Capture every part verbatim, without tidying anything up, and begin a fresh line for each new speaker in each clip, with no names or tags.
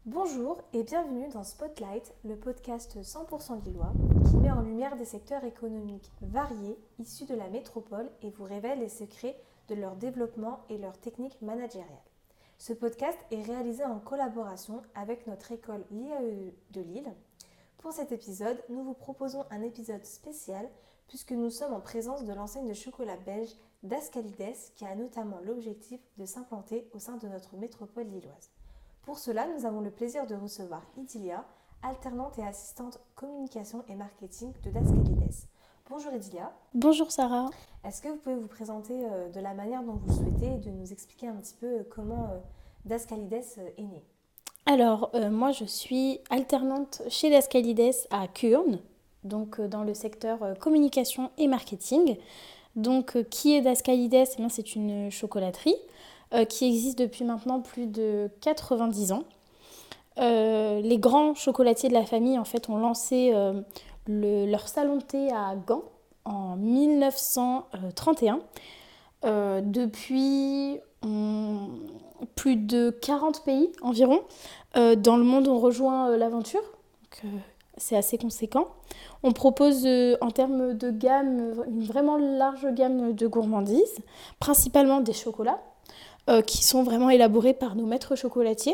Bonjour et bienvenue dans Spotlight, le podcast cent pour cent lillois qui met en lumière des secteurs économiques variés issus de la métropole et vous révèle les secrets de leur développement et leurs techniques managériales. Ce podcast est réalisé en collaboration avec notre école l'I A E de Lille. Pour cet épisode, nous vous proposons un épisode spécial puisque nous sommes en présence de l'enseigne de chocolat belge Dascalides qui a notamment l'objectif de s'implanter au sein de notre métropole lilloise. Pour cela, nous avons le plaisir de recevoir Idilia, alternante et assistante communication et marketing de Dascalides. Bonjour Idilia.
Bonjour Sarah.
Est-ce que vous pouvez vous présenter de la manière dont vous le souhaitez et de nous expliquer un petit peu comment Dascalides est né?
Alors, euh, moi je suis alternante chez Dascalides à Kuurne, donc euh, dans le secteur euh, communication et marketing. Donc, euh, qui est Dascalides? Eh bien, c'est une chocolaterie euh, qui existe depuis maintenant plus de quatre-vingt-dix ans. Euh, les grands chocolatiers de la famille en fait ont lancé euh, le, leur salon de thé à Gand en mille neuf cent trente et un. Euh, depuis on, plus de quarante pays environ euh, dans le monde ont rejoint euh, l'aventure. Donc, euh, c'est assez conséquent. On propose euh, en termes de gamme une vraiment large gamme de gourmandises, principalement des chocolats euh, qui sont vraiment élaborés par nos maîtres chocolatiers.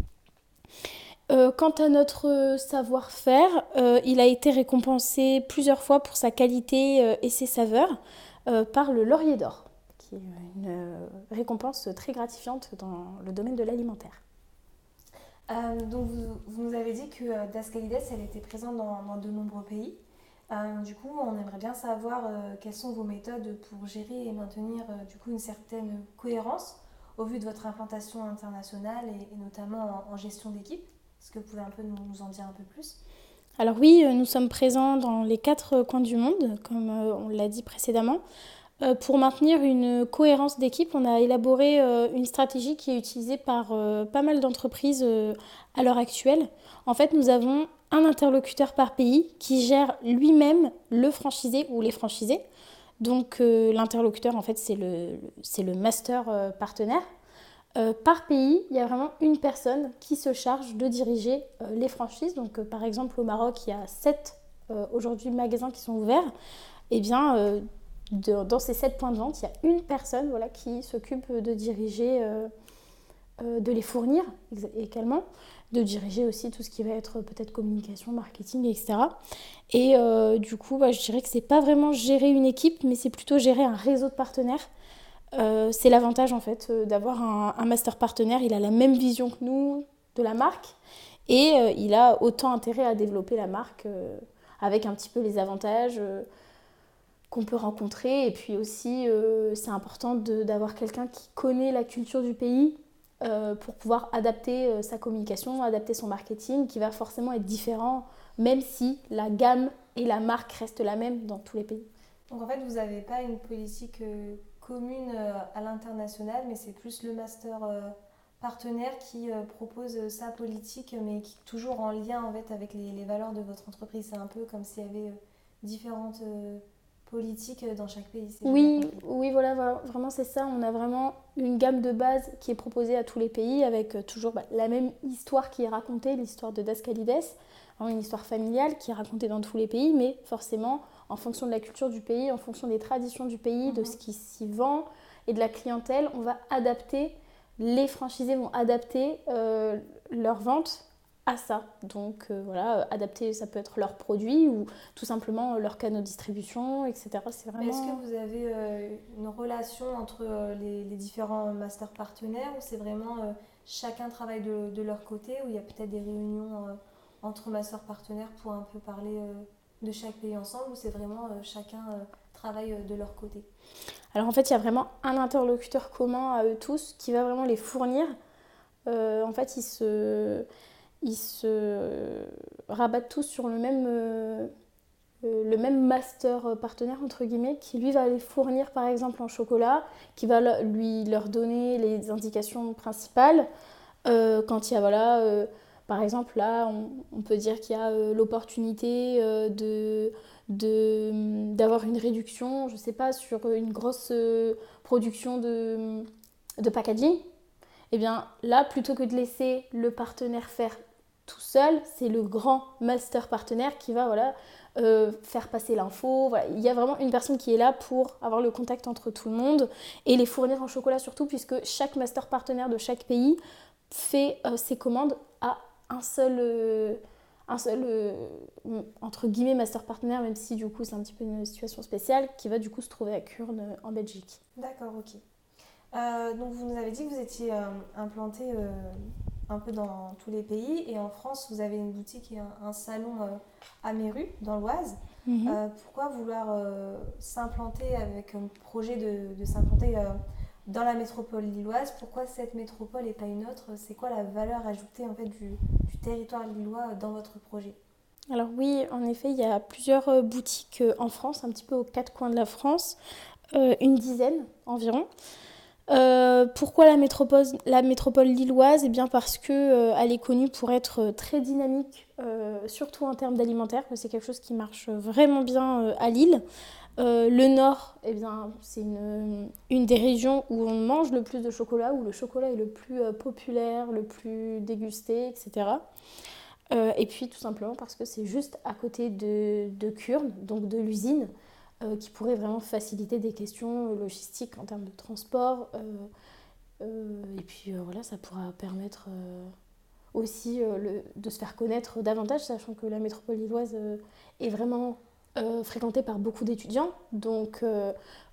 Euh, quant à notre savoir-faire, euh, il a été récompensé plusieurs fois pour sa qualité euh, et ses saveurs euh, par le Laurier d'Or, qui est une euh, récompense très gratifiante dans le domaine de l'alimentaire.
Euh, donc vous, vous nous avez dit que euh, Dascalides, elle était présente dans, dans de nombreux pays. Euh, du coup, on aimerait bien savoir euh, quelles sont vos méthodes pour gérer et maintenir euh, du coup une certaine cohérence au vu de votre implantation internationale et, et notamment en, en gestion d'équipe. Est-ce que vous pouvez un peu nous, nous en dire un peu plus?
Alors oui, nous sommes présents dans les quatre coins du monde, comme on l'a dit précédemment. Euh, pour maintenir une cohérence d'équipe, on a élaboré euh, une stratégie qui est utilisée par euh, pas mal d'entreprises euh, à l'heure actuelle. En fait, nous avons un interlocuteur par pays qui gère lui-même le franchisé ou les franchisés. Donc euh, l'interlocuteur, en fait, c'est le, c'est le master euh, partenaire. Euh, par pays, il y a vraiment une personne qui se charge de diriger euh, les franchises. Donc, euh, par exemple, au Maroc, il y a sept euh, aujourd'hui magasins qui sont ouverts. Et bien, euh, de, dans ces sept points de vente, il y a une personne voilà, qui s'occupe de diriger, euh, euh, de les fournir également, de diriger aussi tout ce qui va être peut-être communication, marketing, et cetera. Et euh, du coup, bah, je dirais que c'est pas vraiment gérer une équipe, mais c'est plutôt gérer un réseau de partenaires. Euh, c'est l'avantage en fait euh, d'avoir un, un master partenaire. Il a la même vision que nous de la marque et euh, il a autant intérêt à développer la marque euh, avec un petit peu les avantages euh, qu'on peut rencontrer. Et puis aussi, euh, c'est important de, d'avoir quelqu'un qui connaît la culture du pays euh, pour pouvoir adapter euh, sa communication, adapter son marketing, qui va forcément être différent, même si la gamme et la marque restent la même dans tous les pays.
Donc en fait, vous n'avez pas une politique euh, commune euh, à l'international, mais c'est plus le master euh, partenaire qui euh, propose euh, sa politique, mais qui est toujours en lien en fait, avec les, les valeurs de votre entreprise. C'est un peu comme s'il y avait euh, différentes euh, politiques euh, dans chaque pays. Si
oui, oui, voilà, vraiment c'est ça. On a vraiment une gamme de base qui est proposée à tous les pays avec euh, toujours bah, la même histoire qui est racontée, l'histoire de Dascalides, hein, une histoire familiale qui est racontée dans tous les pays, mais forcément en fonction de la culture du pays, en fonction des traditions du pays, de ce qui s'y vend et de la clientèle, on va adapter, les franchisés vont adapter euh, leur vente à ça. Donc euh, voilà, adapter, ça peut être leurs produits ou tout simplement leurs canaux de distribution, et cetera. C'est vraiment...
Est-ce que vous avez euh, une relation entre euh, les, les différents masters partenaires ou c'est vraiment euh, chacun travaille de, de leur côté ou il y a peut-être des réunions euh, entre masters partenaires pour un peu parler euh, de chaque pays ensemble ou c'est vraiment euh, chacun euh, travaille euh, de leur côté?
Alors en fait, il y a vraiment un interlocuteur commun à eux tous qui va vraiment les fournir. Euh, en fait, ils se, ils se rabattent tous sur le même, euh, le même master partenaire, entre guillemets, qui lui va les fournir par exemple en chocolat, qui va lui, leur donner les indications principales. Euh, quand il y a, voilà, euh, par exemple, là, on, on peut dire qu'il y a euh, l'opportunité euh, de, de, d'avoir une réduction, je ne sais pas, sur une grosse euh, production de, de packaging. Et bien là, plutôt que de laisser le partenaire faire tout seul, c'est le grand master partenaire qui va voilà, euh, faire passer l'info. Voilà. Il y a vraiment une personne qui est là pour avoir le contact entre tout le monde et les fournir en chocolat surtout, puisque chaque master partenaire de chaque pays fait euh, ses commandes à un seul, euh, un seul euh, entre guillemets master partenaire, même si du coup c'est un petit peu une situation spéciale, qui va du coup se trouver à Kurn euh, en Belgique.
D'accord, ok. Euh, donc vous nous avez dit que vous étiez euh, implanté euh, un peu dans tous les pays, et en France vous avez une boutique et un, un salon euh, à Méru, dans l'Oise.
Mm-hmm.
Euh, pourquoi vouloir euh, s'implanter avec un projet de, de s'implanter euh, dans la métropole lilloise? Pourquoi cette métropole et pas une autre? C'est quoi la valeur ajoutée en fait, du, du territoire lillois dans votre projet?
Alors oui, en effet, il y a plusieurs euh, boutiques euh, en France, un petit peu aux quatre coins de la France, euh, une dizaine environ. Euh, pourquoi la métropole, la métropole lilloise? Eh bien parce qu'elle euh, est connue pour être très dynamique, euh, surtout en termes d'alimentaire. C'est quelque chose qui marche vraiment bien euh, à Lille. Euh, le Nord, eh bien, c'est une, une des régions où on mange le plus de chocolat, où le chocolat est le plus euh, populaire, le plus dégusté, et cetera. Euh, et puis tout simplement parce que c'est juste à côté de, de Kurn, donc de l'usine, euh, qui pourrait vraiment faciliter des questions logistiques en termes de transport. Euh, euh, et puis euh, voilà, ça pourra permettre euh, aussi euh, le, de se faire connaître davantage, sachant que la métropole lilloise euh, est vraiment euh, fréquentée par beaucoup d'étudiants. Donc euh,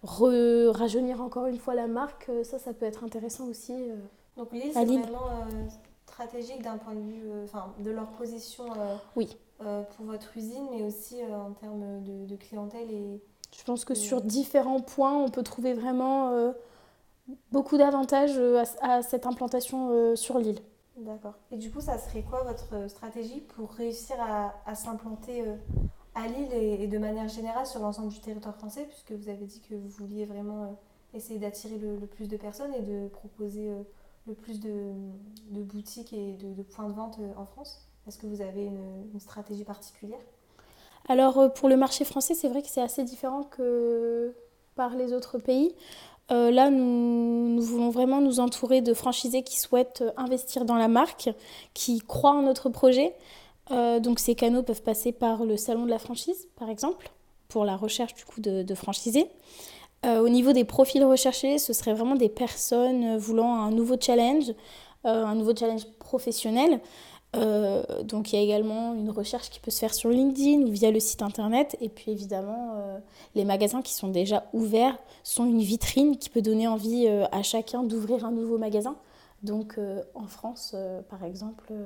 re- rajeunir encore une fois la marque, euh, ça, ça peut être intéressant aussi euh,
Donc Lille,
à
c'est
Lille.
vraiment euh, stratégique d'un point de vue, euh, enfin, de leur position euh,
Oui.
euh, pour votre usine, mais aussi euh, en termes de, de clientèle et...
Je pense que
et...
sur différents points, on peut trouver vraiment euh, beaucoup d'avantages euh, à, à cette implantation euh, sur l'île.
D'accord. Et du coup, ça serait quoi votre stratégie pour réussir à, à s'implanter euh, à Lille et, et de manière générale sur l'ensemble du territoire français, puisque vous avez dit que vous vouliez vraiment euh, essayer d'attirer le, le plus de personnes et de proposer euh, le plus de, de boutiques et de, de points de vente euh, en France? Est-ce que vous avez une, une stratégie particulière?
Alors euh, pour le marché français, c'est vrai que c'est assez différent que par les autres pays. Euh, là, nous, nous voulons vraiment nous entourer de franchisés qui souhaitent investir dans la marque, qui croient en notre projet. Euh, donc ces canaux peuvent passer par le salon de la franchise, par exemple, pour la recherche du coup de, de franchisés. Euh, au niveau des profils recherchés, ce serait vraiment des personnes voulant un nouveau challenge, euh, un nouveau challenge professionnel. Euh, donc il y a également une recherche qui peut se faire sur LinkedIn ou via le site internet. Et puis évidemment, euh, les magasins qui sont déjà ouverts sont une vitrine qui peut donner envie euh, à chacun d'ouvrir un nouveau magasin. Donc euh, en France, euh, par exemple, euh,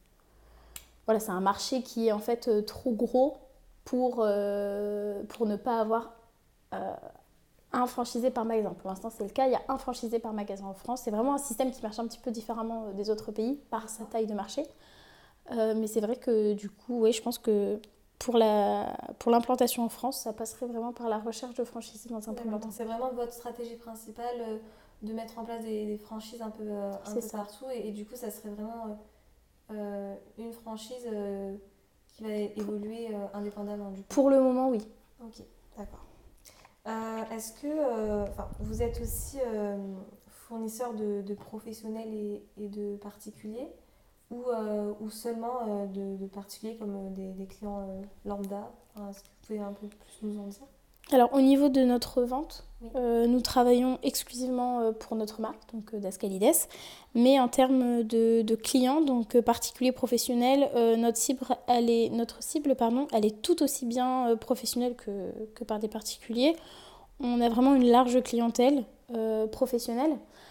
voilà, c'est un marché qui est en fait euh, trop gros pour, euh, pour ne pas avoir euh, un franchisé par magasin. Pour l'instant, c'est le cas. Il y a un franchisé par magasin en France. C'est vraiment un système qui marche un petit peu différemment des autres pays par sa taille de marché. Euh, mais c'est vrai que du coup, ouais, je pense que pour, la, pour l'implantation en France, ça passerait vraiment par la recherche de franchisés dans un premier temps.
C'est vraiment votre stratégie principale euh, de mettre en place des, des franchises un peu, euh, un peu partout. Et, et du coup, ça serait vraiment euh, une franchise euh, qui va évoluer euh, indépendamment du coup.
Pour le moment, oui.
Ok, d'accord. Euh, est-ce que euh, vous êtes aussi euh, fournisseur de, de professionnels et, et de particuliers ou, euh, ou seulement euh, de, de particuliers comme des, des clients euh, lambda? Enfin, est-ce que vous pouvez un peu plus nous en dire?
Alors au niveau de notre vente,
oui.
euh, nous travaillons exclusivement euh, pour notre marque, donc euh, Dascalides, mais en termes de, de clients, donc euh, particuliers professionnels, euh, notre cible, elle est, notre cible pardon, elle est tout aussi bien euh, professionnelle que, que par des particuliers. On a vraiment une large clientèle euh, professionnelle,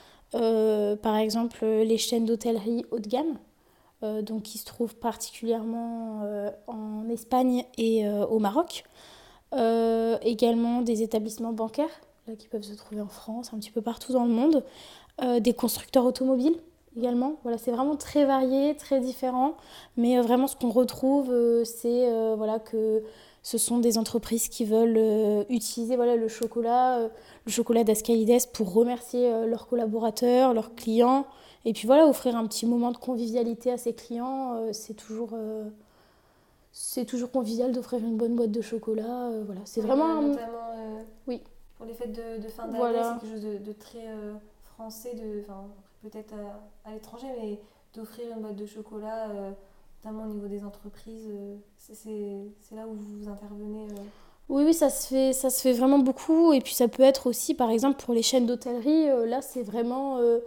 euh, par exemple les chaînes d'hôtellerie haut de gamme, euh, donc qui se trouvent particulièrement euh, en Espagne et euh, au Maroc. Euh, également des établissements bancaires là, qui peuvent se trouver en France, un petit peu partout dans le monde, euh, des constructeurs automobiles également. Voilà, c'est vraiment très varié, très différent, mais euh, vraiment ce qu'on retrouve, euh, c'est euh, voilà, que ce sont des entreprises qui veulent euh, utiliser voilà, le chocolat, euh, le chocolat Dascalides pour remercier euh, leurs collaborateurs, leurs clients, et puis voilà, offrir un petit moment de convivialité à ses clients, euh, c'est toujours... Euh, C'est toujours convivial d'offrir une bonne boîte de chocolat. Euh, voilà. C'est
oui,
vraiment...
Euh, notamment euh,
oui.
pour les fêtes de, de fin d'année,
Voilà.
c'est quelque chose de, de très euh, français. De, peut-être à, à l'étranger, mais d'offrir une boîte de chocolat, euh, notamment au niveau des entreprises, euh, c'est, c'est, c'est là où vous intervenez euh.
Oui, oui, ça se fait, ça se fait vraiment beaucoup. Et puis ça peut être aussi, par exemple, pour les chaînes d'hôtellerie, euh, là, c'est vraiment euh,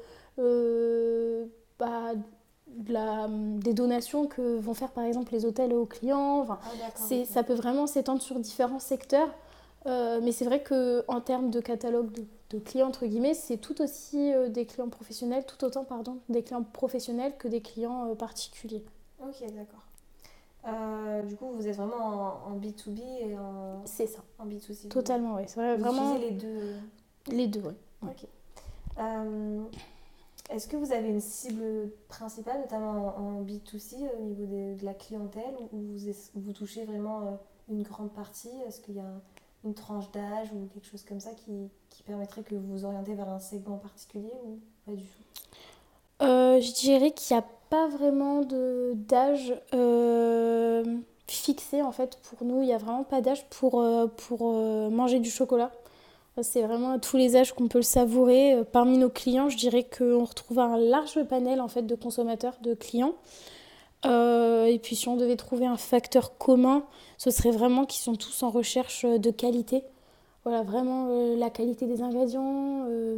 euh, bah, de la- des donations que vont faire, par exemple, les hôtels aux clients. Enfin,
Ah d'accord,
c'est,
ok.
ça peut vraiment s'étendre sur différents secteurs. Euh, mais c'est vrai qu'en termes de catalogue de, de clients, entre guillemets, c'est tout aussi euh, des clients professionnels, tout autant, pardon, des clients professionnels que des clients euh, particuliers.
Ok, d'accord. Euh, du coup, vous êtes vraiment en, en B deux B et en,
C'est ça,
en B deux C. Vous,
totalement, oui. C'est vrai,
vous
vraiment
utilisez les deux. euh.
les deux, oui.
Ok. Euh, Est-ce que vous avez une cible principale, notamment en, en B deux C, au niveau des- de la clientèle, ou vous, es- vous touchez vraiment euh, une grande partie? Est-ce qu'il y a une tranche d'âge ou quelque chose comme ça qui, qui permettrait que vous vous orientez vers un segment particulier ou pas du tout?
Euh, je dirais qu'il n'y a pas vraiment de, d'âge euh, fixé en fait pour nous. Il n'y a vraiment pas d'âge pour, euh, pour euh, manger du chocolat. C'est vraiment à tous les âges qu'on peut le savourer. Euh, Parmi nos clients, je dirais qu'on retrouve un large panel en fait de consommateurs, de clients. Euh, et puis si on devait trouver un facteur commun, ce serait vraiment qu'ils sont tous en recherche de qualité. Voilà, vraiment euh, la qualité des ingrédients, euh,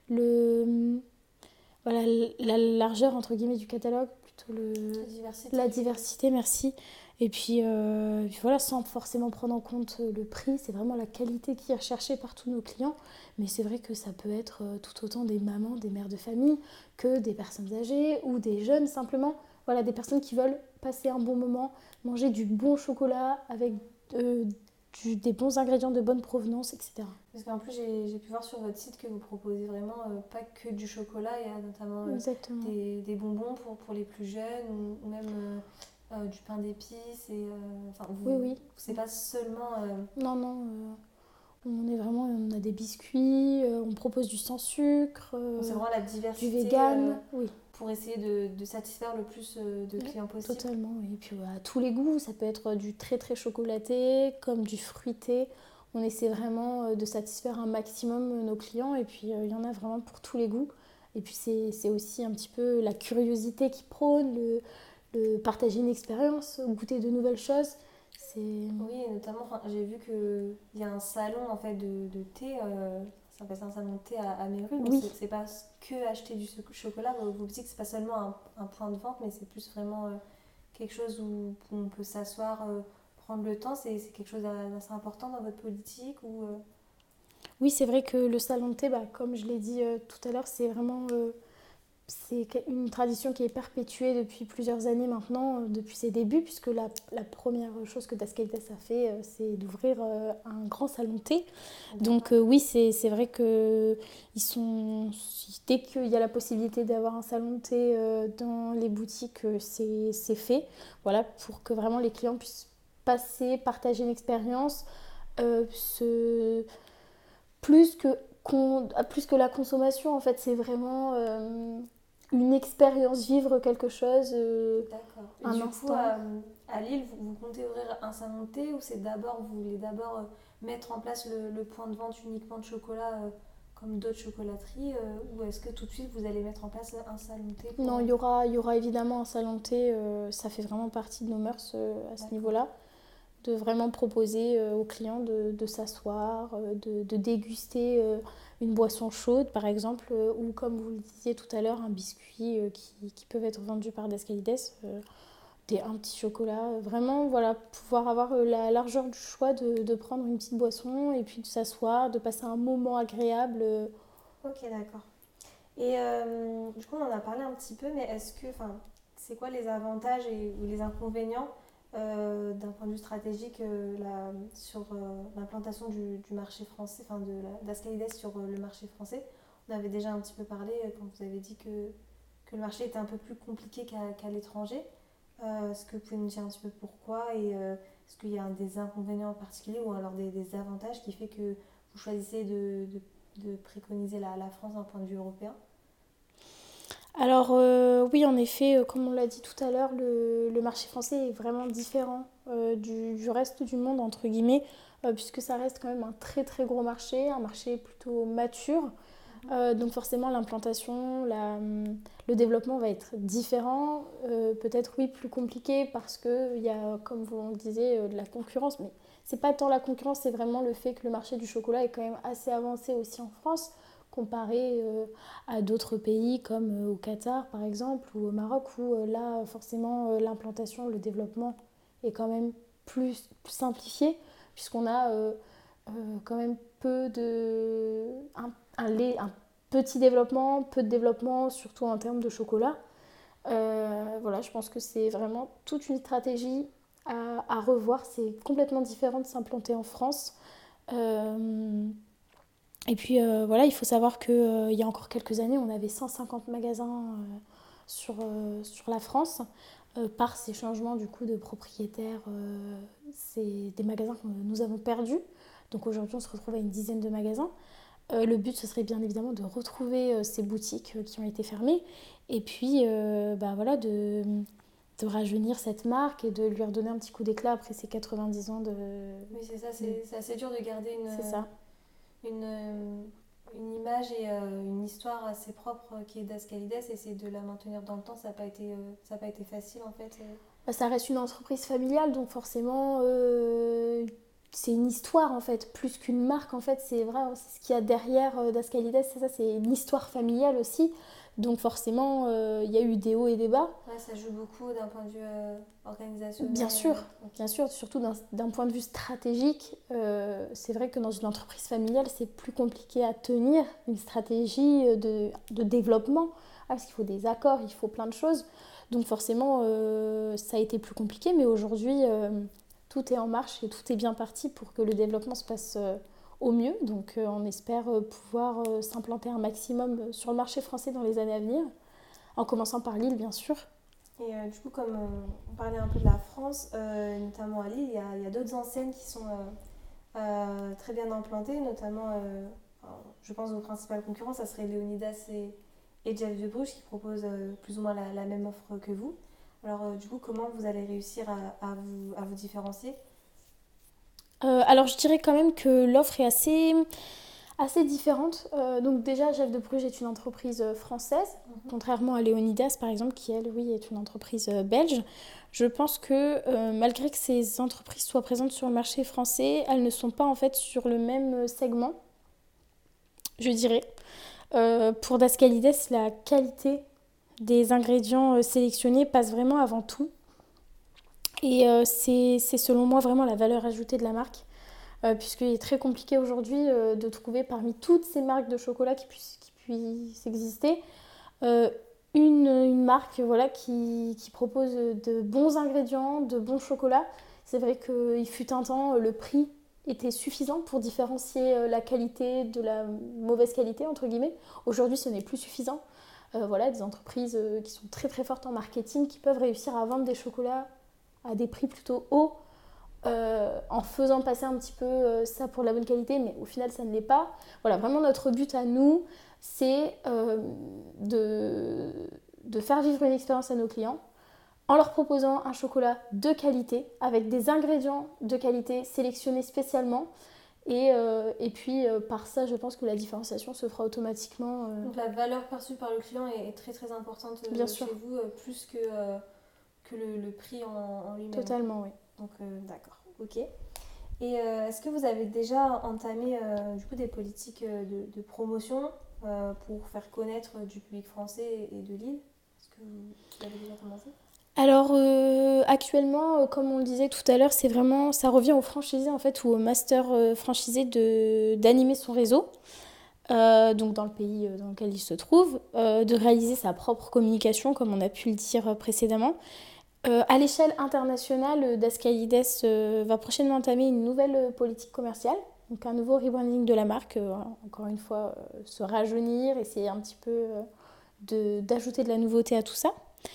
le, voilà, la largeur entre guillemets du catalogue, plutôt le,
La diversité.
la diversité, merci. Et puis, euh, et puis voilà, sans forcément prendre en compte le prix, c'est vraiment la qualité qui est recherchée par tous nos clients. Mais c'est vrai que ça peut être euh, tout autant des mamans, des mères de famille, que des personnes âgées ou des jeunes simplement. Voilà, des personnes qui veulent passer un bon moment, manger du bon chocolat avec euh, du- des bons ingrédients de bonne provenance, et cetera.
Parce qu'en plus, j'ai j'ai pu voir sur votre site que vous proposez vraiment euh, pas que du chocolat, il y a notamment euh,
Exactement.
des, des bonbons pour, pour les plus jeunes ou, ou même euh, euh, du pain d'épices. Et, euh, enfin,
Oui,
vous,
oui.
c'est pas seulement. euh,
Non, non. euh, On est vraiment, on a des biscuits, euh, on propose du sans sucre,
bon, c'est
euh,
vraiment la
du
diversité euh,
vegan, oui,
pour essayer de, de satisfaire le plus euh, de
ouais,
clients possible.
totalement. Oui. Et puis ouais, à tous les goûts, ça peut être du très très chocolaté, comme du fruité. On essaie vraiment euh, de satisfaire un maximum euh, nos clients et puis euh, il y en a vraiment pour tous les goûts. Et puis c'est, c'est aussi un petit peu la curiosité qui prône, le, le partager une expérience, goûter de nouvelles choses. C'est...
Oui, et notamment, enfin, j'ai vu qu'il y a un salon en fait de, de thé, euh, ça s'appelle un salon de thé à, à Méru. Bon,
Oui,
c'est c'est pas que acheter du so- chocolat, vous vous dites que c'est pas seulement un, un point de vente, mais c'est plus vraiment euh, quelque chose où, où on peut s'asseoir, euh, prendre le temps. C'est c'est quelque chose d'assez important dans votre politique ou euh,
oui, c'est vrai que le salon de thé, bah, comme je l'ai dit euh, tout à l'heure, c'est vraiment euh, c'est une tradition qui est perpétuée depuis plusieurs années maintenant, euh, depuis ses débuts, puisque la, la première chose que Dascalites a fait, euh, c'est d'ouvrir euh, un grand salon de thé. Donc euh, oui, c'est, c'est vrai que ils sont, dès qu'il y a la possibilité d'avoir un salon de thé euh, dans les boutiques, euh, c'est, c'est fait. Voilà, pour que vraiment les clients puissent passer, partager une expérience, euh, se plus que, con- plus que la consommation, en fait, c'est vraiment euh, une expérience, vivre quelque chose, euh,
D'accord. Et
un
du coup,
instant.
à, à Lille, vous, vous comptez ouvrir un salon de thé ou c'est d'abord, vous voulez d'abord euh, mettre en place le, le point de vente uniquement de chocolat euh, comme d'autres chocolateries euh, ou est-ce que tout de suite vous allez mettre en place un salon de thé pour...
Non,
euh,
il y aura, il y aura évidemment un salon de thé, euh, ça fait vraiment partie de nos mœurs euh, à ce
D'accord.
niveau-là, de vraiment proposer euh, aux clients de, de s'asseoir, euh, de, de déguster euh, une boisson chaude par exemple, euh, ou comme vous le disiez tout à l'heure, un biscuit euh, qui, qui peuvent être vendus par Dascalides. euh, des, un petit chocolat. euh, Vraiment, voilà, pouvoir avoir euh, la largeur du choix de, de prendre une petite boisson et puis de s'asseoir, de passer un moment agréable. euh.
Ok, d'accord. Et euh, du coup, on en a parlé un petit peu, mais est-ce que, enfin, c'est quoi les avantages et, ou les inconvénients euh, d'un point de vue stratégique euh, la- sur euh, l'implantation du, du marché français, enfin de la d'Ascalides sur euh, le marché français? On avait déjà un petit peu parlé euh, quand vous avez dit que, que le marché était un peu plus compliqué qu'à qu'à l'étranger. Euh, est-ce que vous pouvez nous dire un petit peu pourquoi et euh, est-ce qu'il y a un des inconvénients en particulier ou alors des, des avantages qui fait que vous choisissez de, de, de préconiser la, la France d'un point de vue européen?
Alors euh, oui, en effet, euh, comme on l'a dit tout à l'heure, le, le marché français est vraiment différent euh, du, du reste du monde, entre guillemets, euh, puisque ça reste quand même un très très gros marché, un marché plutôt mature. Euh, donc forcément, l'implantation, la, le développement va être différent, euh, peut-être oui plus compliqué parce qu'il y a, comme vous le disiez, euh, de la concurrence. Mais c'est pas tant la concurrence, c'est vraiment le fait que le marché du chocolat est quand même assez avancé aussi en France, comparé euh, à d'autres pays comme euh, au Qatar par exemple ou au Maroc où euh, là forcément euh, l'implantation, le développement est quand même plus, plus simplifié puisqu'on a euh, euh, quand même peu de... Un, un, lait, un petit développement, peu de développement, surtout en termes de chocolat. Euh, voilà, je pense que c'est vraiment toute une stratégie à, à revoir. C'est complètement différent de s'implanter en France. Euh, et puis euh, voilà, il faut savoir qu'il euh, y a encore quelques années, on avait cent cinquante magasins euh, sur, euh, sur la France. Euh, par ces changements du coup de propriétaires, euh, c'est des magasins que nous avons perdus. Donc aujourd'hui, on se retrouve à une dizaine de magasins. Euh, le but, ce serait bien évidemment de retrouver euh, ces boutiques euh, qui ont été fermées et puis euh, bah, voilà, de, de rajeunir cette marque et de lui redonner un petit coup d'éclat après ces quatre-vingt-dix ans de...
Oui, c'est ça, c'est, c'est assez dur de garder une,
C'est ça.
une, une image et euh, une histoire assez propre euh, qui est d'Ascalides, et c'est de la maintenir dans le temps, ça n'a pas été, euh, ça a pas été facile en fait. euh.
Bah, ça reste une entreprise familiale, donc forcément, euh, c'est une histoire en fait, plus qu'une marque en fait, c'est vrai, c'est ce qu'il y a derrière euh, d'Ascalides, c'est ça, c'est une histoire familiale aussi. Donc forcément, euh, il y a eu des hauts et des bas.
Ouais, ça joue beaucoup d'un point de vue euh, organisationnel.
Bien sûr,
euh, ok.
bien sûr, surtout d'un, d'un point de vue stratégique, euh, c'est vrai que dans une entreprise familiale, c'est plus compliqué à tenir une stratégie de, de développement, ah, parce qu'il faut des accords, il faut plein de choses. Donc forcément, euh, ça a été plus compliqué, mais aujourd'hui, euh, tout est en marche et tout est bien parti pour que le développement se passe euh, au mieux. Donc euh, on espère euh, pouvoir euh, s'implanter un maximum sur le marché français dans les années à venir, en commençant par Lille, bien sûr.
Et euh, du coup, comme euh, on parlait un peu de la France, euh, notamment à Lille, il y a, il y a d'autres enseignes qui sont euh, euh, très bien implantées, notamment, euh, alors, je pense aux principales concurrents, ça serait Léonidas et, et Jeff de Bruges qui proposent euh, plus ou moins la, la même offre que vous. Alors euh, du coup, comment vous allez réussir à, à, vous, à vous différencier?
Euh, alors je dirais quand même que l'offre est assez, assez différente. Euh, donc déjà, Jeff de Bruges est une entreprise euh, française,
Mhm.
contrairement à Léonidas par exemple, qui elle, oui, est une entreprise euh, belge. Je pense que euh, malgré que ces entreprises soient présentes sur le marché français, elles ne sont pas en fait sur le même euh, segment, je dirais. Euh, pour Dascalides, la qualité des ingrédients euh, sélectionnés passe vraiment avant tout. Et euh, c'est, c'est selon moi vraiment la valeur ajoutée de la marque. Euh, puisqu'il est très compliqué aujourd'hui euh, de trouver parmi toutes ces marques de chocolat qui puissent, qui puissent exister euh, une, une marque voilà, qui, qui propose de bons ingrédients, de bons chocolats. C'est vrai qu'il fut un temps, le prix était suffisant pour différencier euh, la qualité de la mauvaise qualité, entre guillemets. Aujourd'hui, ce n'est plus suffisant. Euh, voilà, des entreprises euh, qui sont très très fortes en marketing, qui peuvent réussir à vendre des chocolats à des prix plutôt hauts, euh, en faisant passer un petit peu euh, ça pour la bonne qualité, mais au final ça ne l'est pas. Voilà, vraiment notre but à nous, c'est euh, de, de faire vivre une expérience à nos clients en leur proposant un chocolat de qualité, avec des ingrédients de qualité sélectionnés spécialement. Et, euh, et puis euh, par ça, je pense que la différenciation se fera automatiquement. Euh...
Donc la valeur perçue par le client est, est très très importante euh,
Bien
chez
sûr.
vous, euh, plus que, euh, que le, le prix en, en lui-même.
Totalement, oui.
Donc euh, d'accord, ok. Et euh, est-ce que vous avez déjà entamé euh, du coup des politiques euh, de, de promotion euh, pour faire connaître euh, du public français et de Lille? Est-ce que vous, vous avez déjà commencé?
Alors euh, actuellement, euh, comme on le disait tout à l'heure, c'est vraiment, ça revient au franchisé en fait ou au master euh, franchisé de d'animer son réseau, euh, donc dans le pays euh, dans lequel il se trouve, euh, de réaliser sa propre communication, comme on a pu le dire euh, précédemment. Euh, à l'échelle internationale, euh, Dascalides euh, va prochainement entamer une nouvelle euh, politique commerciale, donc un nouveau rebranding de la marque, euh, encore une fois, euh, se rajeunir, essayer un petit peu euh, de, d'ajouter de la nouveauté à tout ça.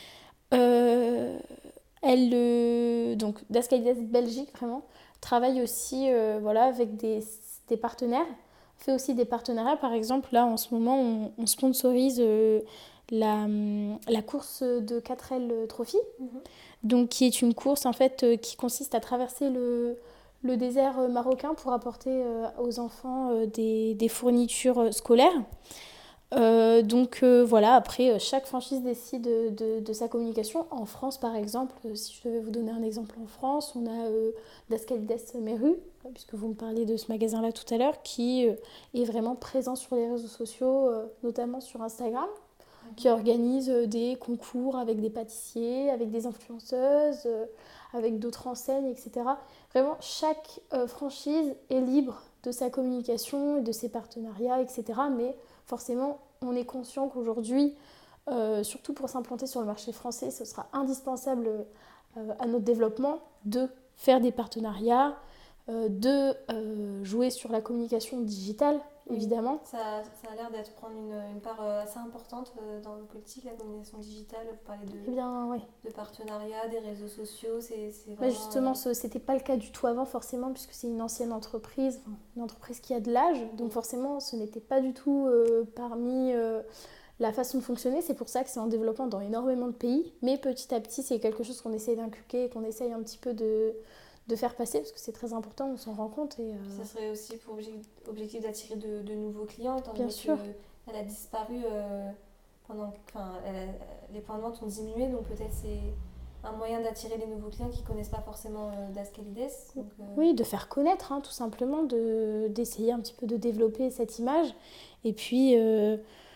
Euh, elle, euh, donc Dascalides Belgique, vraiment, travaille aussi euh, voilà, avec des, des partenaires, fait aussi des partenariats. Par exemple, là, en ce moment, on, on sponsorise euh, la, la course de quatre L Trophy,
Mhm.
donc, qui est une course en fait, euh, qui consiste à traverser le, le désert marocain pour apporter euh, aux enfants euh, des, des fournitures scolaires. Euh, donc euh, voilà, après, chaque franchise décide de, de, de sa communication. En France, par exemple, si je devais vous donner un exemple en France, on a euh, Dascalides Meru, puisque vous me parlez de ce magasin-là tout à l'heure, qui euh, est vraiment présent sur les réseaux sociaux, euh, notamment sur Instagram, mmh. qui organise euh, des concours avec des pâtissiers, avec des influenceuses, euh, avec d'autres enseignes, et cetera. Vraiment, chaque euh, franchise est libre de sa communication et de ses partenariats, et cetera. Mais forcément, on est conscient qu'aujourd'hui, euh, surtout pour s'implanter sur le marché français, ce sera indispensable euh, à notre développement de faire des partenariats, euh, de euh, jouer sur la communication digitale, oui, évidemment.
Ça, ça a l'air d'être prendre une, une part assez importante dans le politique, la communication digitale. Vous parlez de,
eh bien, ouais.
de partenariats, des réseaux sociaux, c'est, c'est vraiment...
Bah justement, ce n'était pas le cas du tout avant, forcément, puisque c'est une ancienne entreprise, une entreprise qui a de l'âge, donc mmh. forcément, ce n'était pas du tout euh, parmi euh, la façon de fonctionner. C'est pour ça que c'est en développement dans énormément de pays, mais petit à petit, c'est quelque chose qu'on essaye d'inculquer et qu'on essaye un petit peu de, de faire passer, parce que c'est très important, on s'en rend compte. Et, euh...
Ça serait aussi pour objectif d'attirer de, de nouveaux clients, étant
donné
qu'elle a disparu euh, pendant... Enfin, elle, les points de vente ont diminué, donc peut-être c'est un moyen d'attirer les nouveaux clients qui ne connaissent pas forcément euh, Dascalides. Donc, euh...
Oui, de faire connaître, hein, tout simplement, de, d'essayer un petit peu de développer cette image. Et puis, euh,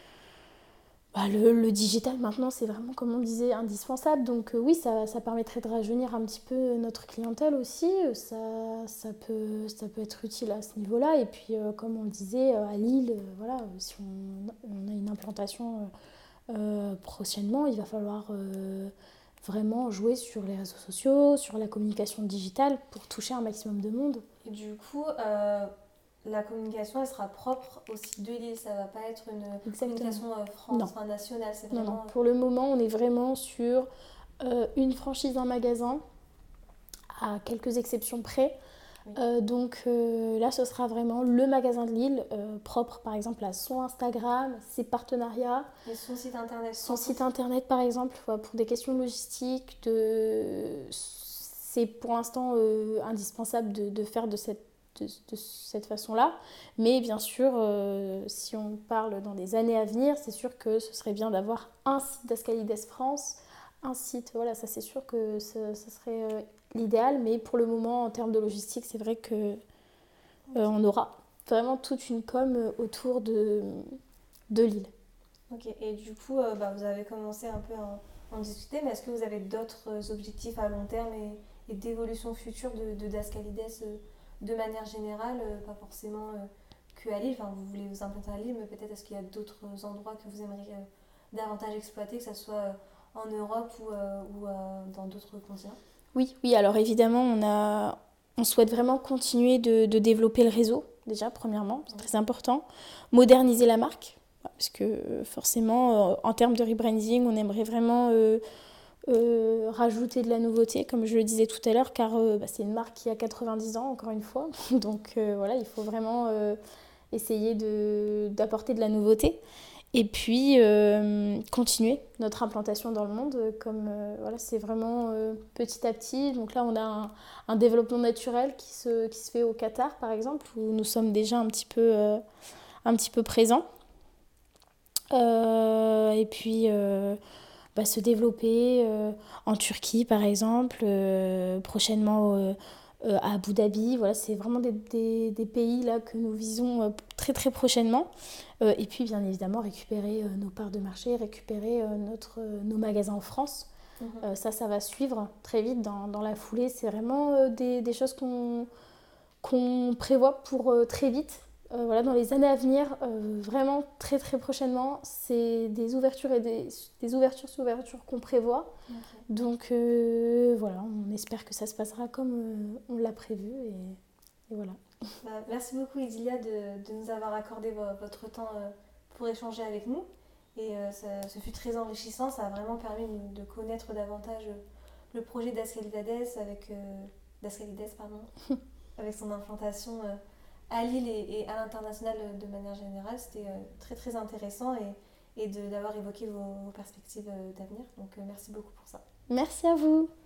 bah, le, le digital, maintenant, c'est vraiment, comme on disait, indispensable. Donc euh, oui, ça, ça permettrait de rajeunir un petit peu notre clientèle aussi. Ça, ça, peut, ça peut être utile à ce niveau-là. Et puis, euh, comme on le disait, à Lille, euh, voilà, si on, on a une implantation euh, prochainement, il va falloir... Euh, vraiment jouer sur les réseaux sociaux, sur la communication digitale pour toucher un maximum de monde.
Et du coup, euh, la communication, elle sera propre au site de Lille, ça ne va pas être une Exactement. communication euh, France, enfin, nationale. C'est vraiment...
Non, non, pour le moment, on est vraiment sur euh, une franchise d'un magasin, à quelques exceptions près. Oui. Euh, donc euh, là, ce sera vraiment le magasin de Lille, euh, propre par exemple à son Instagram, ses partenariats.
Et son site internet.
Son site internet par exemple, pour des questions logistiques, de... c'est pour l'instant euh, indispensable de, de faire de cette, de, de cette façon-là. Mais bien sûr, euh, si on parle dans des années à venir, c'est sûr que ce serait bien d'avoir un site Dascalides France, un site, voilà, ça c'est sûr que ce, ce serait... Euh, l'idéal, mais pour le moment, en termes de logistique, c'est vrai que euh, on aura vraiment toute une com autour de, de Lille.
Ok, et du coup, euh, bah, vous avez commencé un peu à en, en discuter, mais est-ce que vous avez d'autres objectifs à long terme et, et d'évolution future de, de Dascalides euh, de manière générale, euh, pas forcément euh, que à Lille, enfin, vous voulez vous implanter à Lille, mais peut-être est-ce qu'il y a d'autres endroits que vous aimeriez euh, davantage exploiter, que ce soit euh, en Europe ou, euh, ou euh, dans d'autres continents ?
Oui, oui, alors évidemment, on, a, on souhaite vraiment continuer de, de développer le réseau, déjà, premièrement, c'est très important. Moderniser la marque, parce que forcément, euh, en termes de rebranding, on aimerait vraiment euh, euh, rajouter de la nouveauté, comme je le disais tout à l'heure, car euh, bah, c'est une marque qui a quatre-vingt-dix ans, encore une fois. Donc euh, voilà, il faut vraiment euh, essayer de, d'apporter de la nouveauté. Et puis, euh, continuer notre implantation dans le monde, comme euh, voilà, c'est vraiment euh, petit à petit. Donc là, on a un, un développement naturel qui se, qui se fait au Qatar, par exemple, où nous sommes déjà un petit peu, euh, un petit peu présents. Euh, et puis, euh, bah, se développer euh, en Turquie, par exemple, euh, prochainement euh, euh, à Abu Dhabi. Voilà, c'est vraiment des, des, des pays là, que nous visons euh, très très prochainement. Euh, et puis bien évidemment récupérer euh, nos parts de marché, récupérer euh, notre, euh, nos magasins en France. Mmh. Euh, ça, ça va suivre très vite dans, dans la foulée. C'est vraiment euh, des, des choses qu'on, qu'on prévoit pour euh, très vite. Euh, voilà, dans les années à venir, euh, vraiment très très prochainement, c'est des ouvertures et des, des ouvertures sur ouvertures qu'on prévoit. Okay. Donc euh, voilà, on espère que ça se passera comme euh, on l'a prévu et, et voilà.
Bah, merci beaucoup Idilia de, de nous avoir accordé vo- votre temps euh, pour échanger avec nous. Et euh, ça, ce fut très enrichissant, ça a vraiment permis de, de connaître davantage euh, le projet Dascalides avec, euh, Dascalides, pardon, avec son implantation euh, à Lille et, et à l'international euh, de manière générale. C'était euh, très très intéressant et, et de, d'avoir évoqué vos, vos perspectives euh, d'avenir. Donc euh, merci beaucoup pour ça.
Merci à vous.